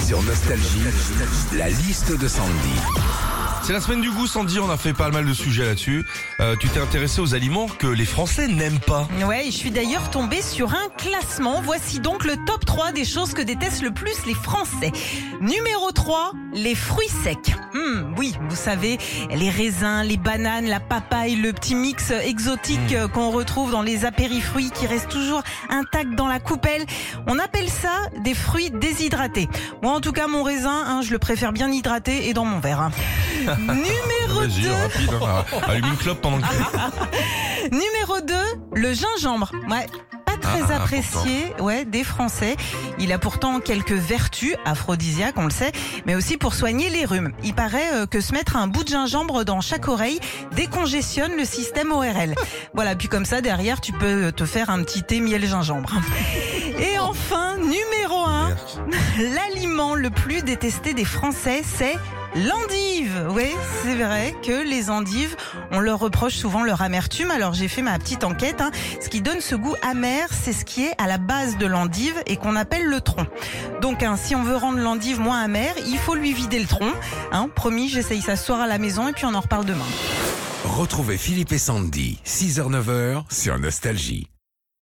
Sur Nostalgie, la liste de Sandy. C'est la semaine du goût, Sandy, on a fait pas mal de sujets là-dessus. Tu t'es intéressé aux aliments que les Français n'aiment pas. Ouais, je suis d'ailleurs tombée sur un classement. Voici donc le top 3 des choses que détestent le plus les Français. Numéro 3, les fruits secs. Oui, vous savez, les raisins, les bananes, la papaye, le petit mix exotique qu'on retrouve dans les apérifruits qui restent toujours intacts dans la coupelle. On appelle ça des fruits déshydratés. Moi, en tout cas, mon raisin, je le préfère bien hydraté et dans mon verre. Numéro 2. Vas-y, rapide, allume une clope pendant que... Numéro 2, le gingembre. Ouais. Pas très apprécié, des Français. Il a pourtant quelques vertus aphrodisiaques, on le sait, mais aussi pour soigner les rhumes. Il paraît que se mettre un bout de gingembre dans chaque oreille décongestionne le système ORL. Voilà, puis comme ça, derrière, tu peux te faire un petit thé miel gingembre. Et enfin, numéro 1, l'aliment le plus détesté des Français, c'est l'endive. Oui, c'est vrai que les endives, on leur reproche souvent leur amertume. Alors j'ai fait ma petite enquête. Ce qui donne ce goût amer, c'est ce qui est à la base de l'endive et qu'on appelle le tronc. Donc si on veut rendre l'endive moins amère, il faut lui vider le tronc. Promis, j'essaye ça ce soir à la maison et puis on en reparle demain. Retrouvez Philippe et Sandy, 6h-9h sur Nostalgie.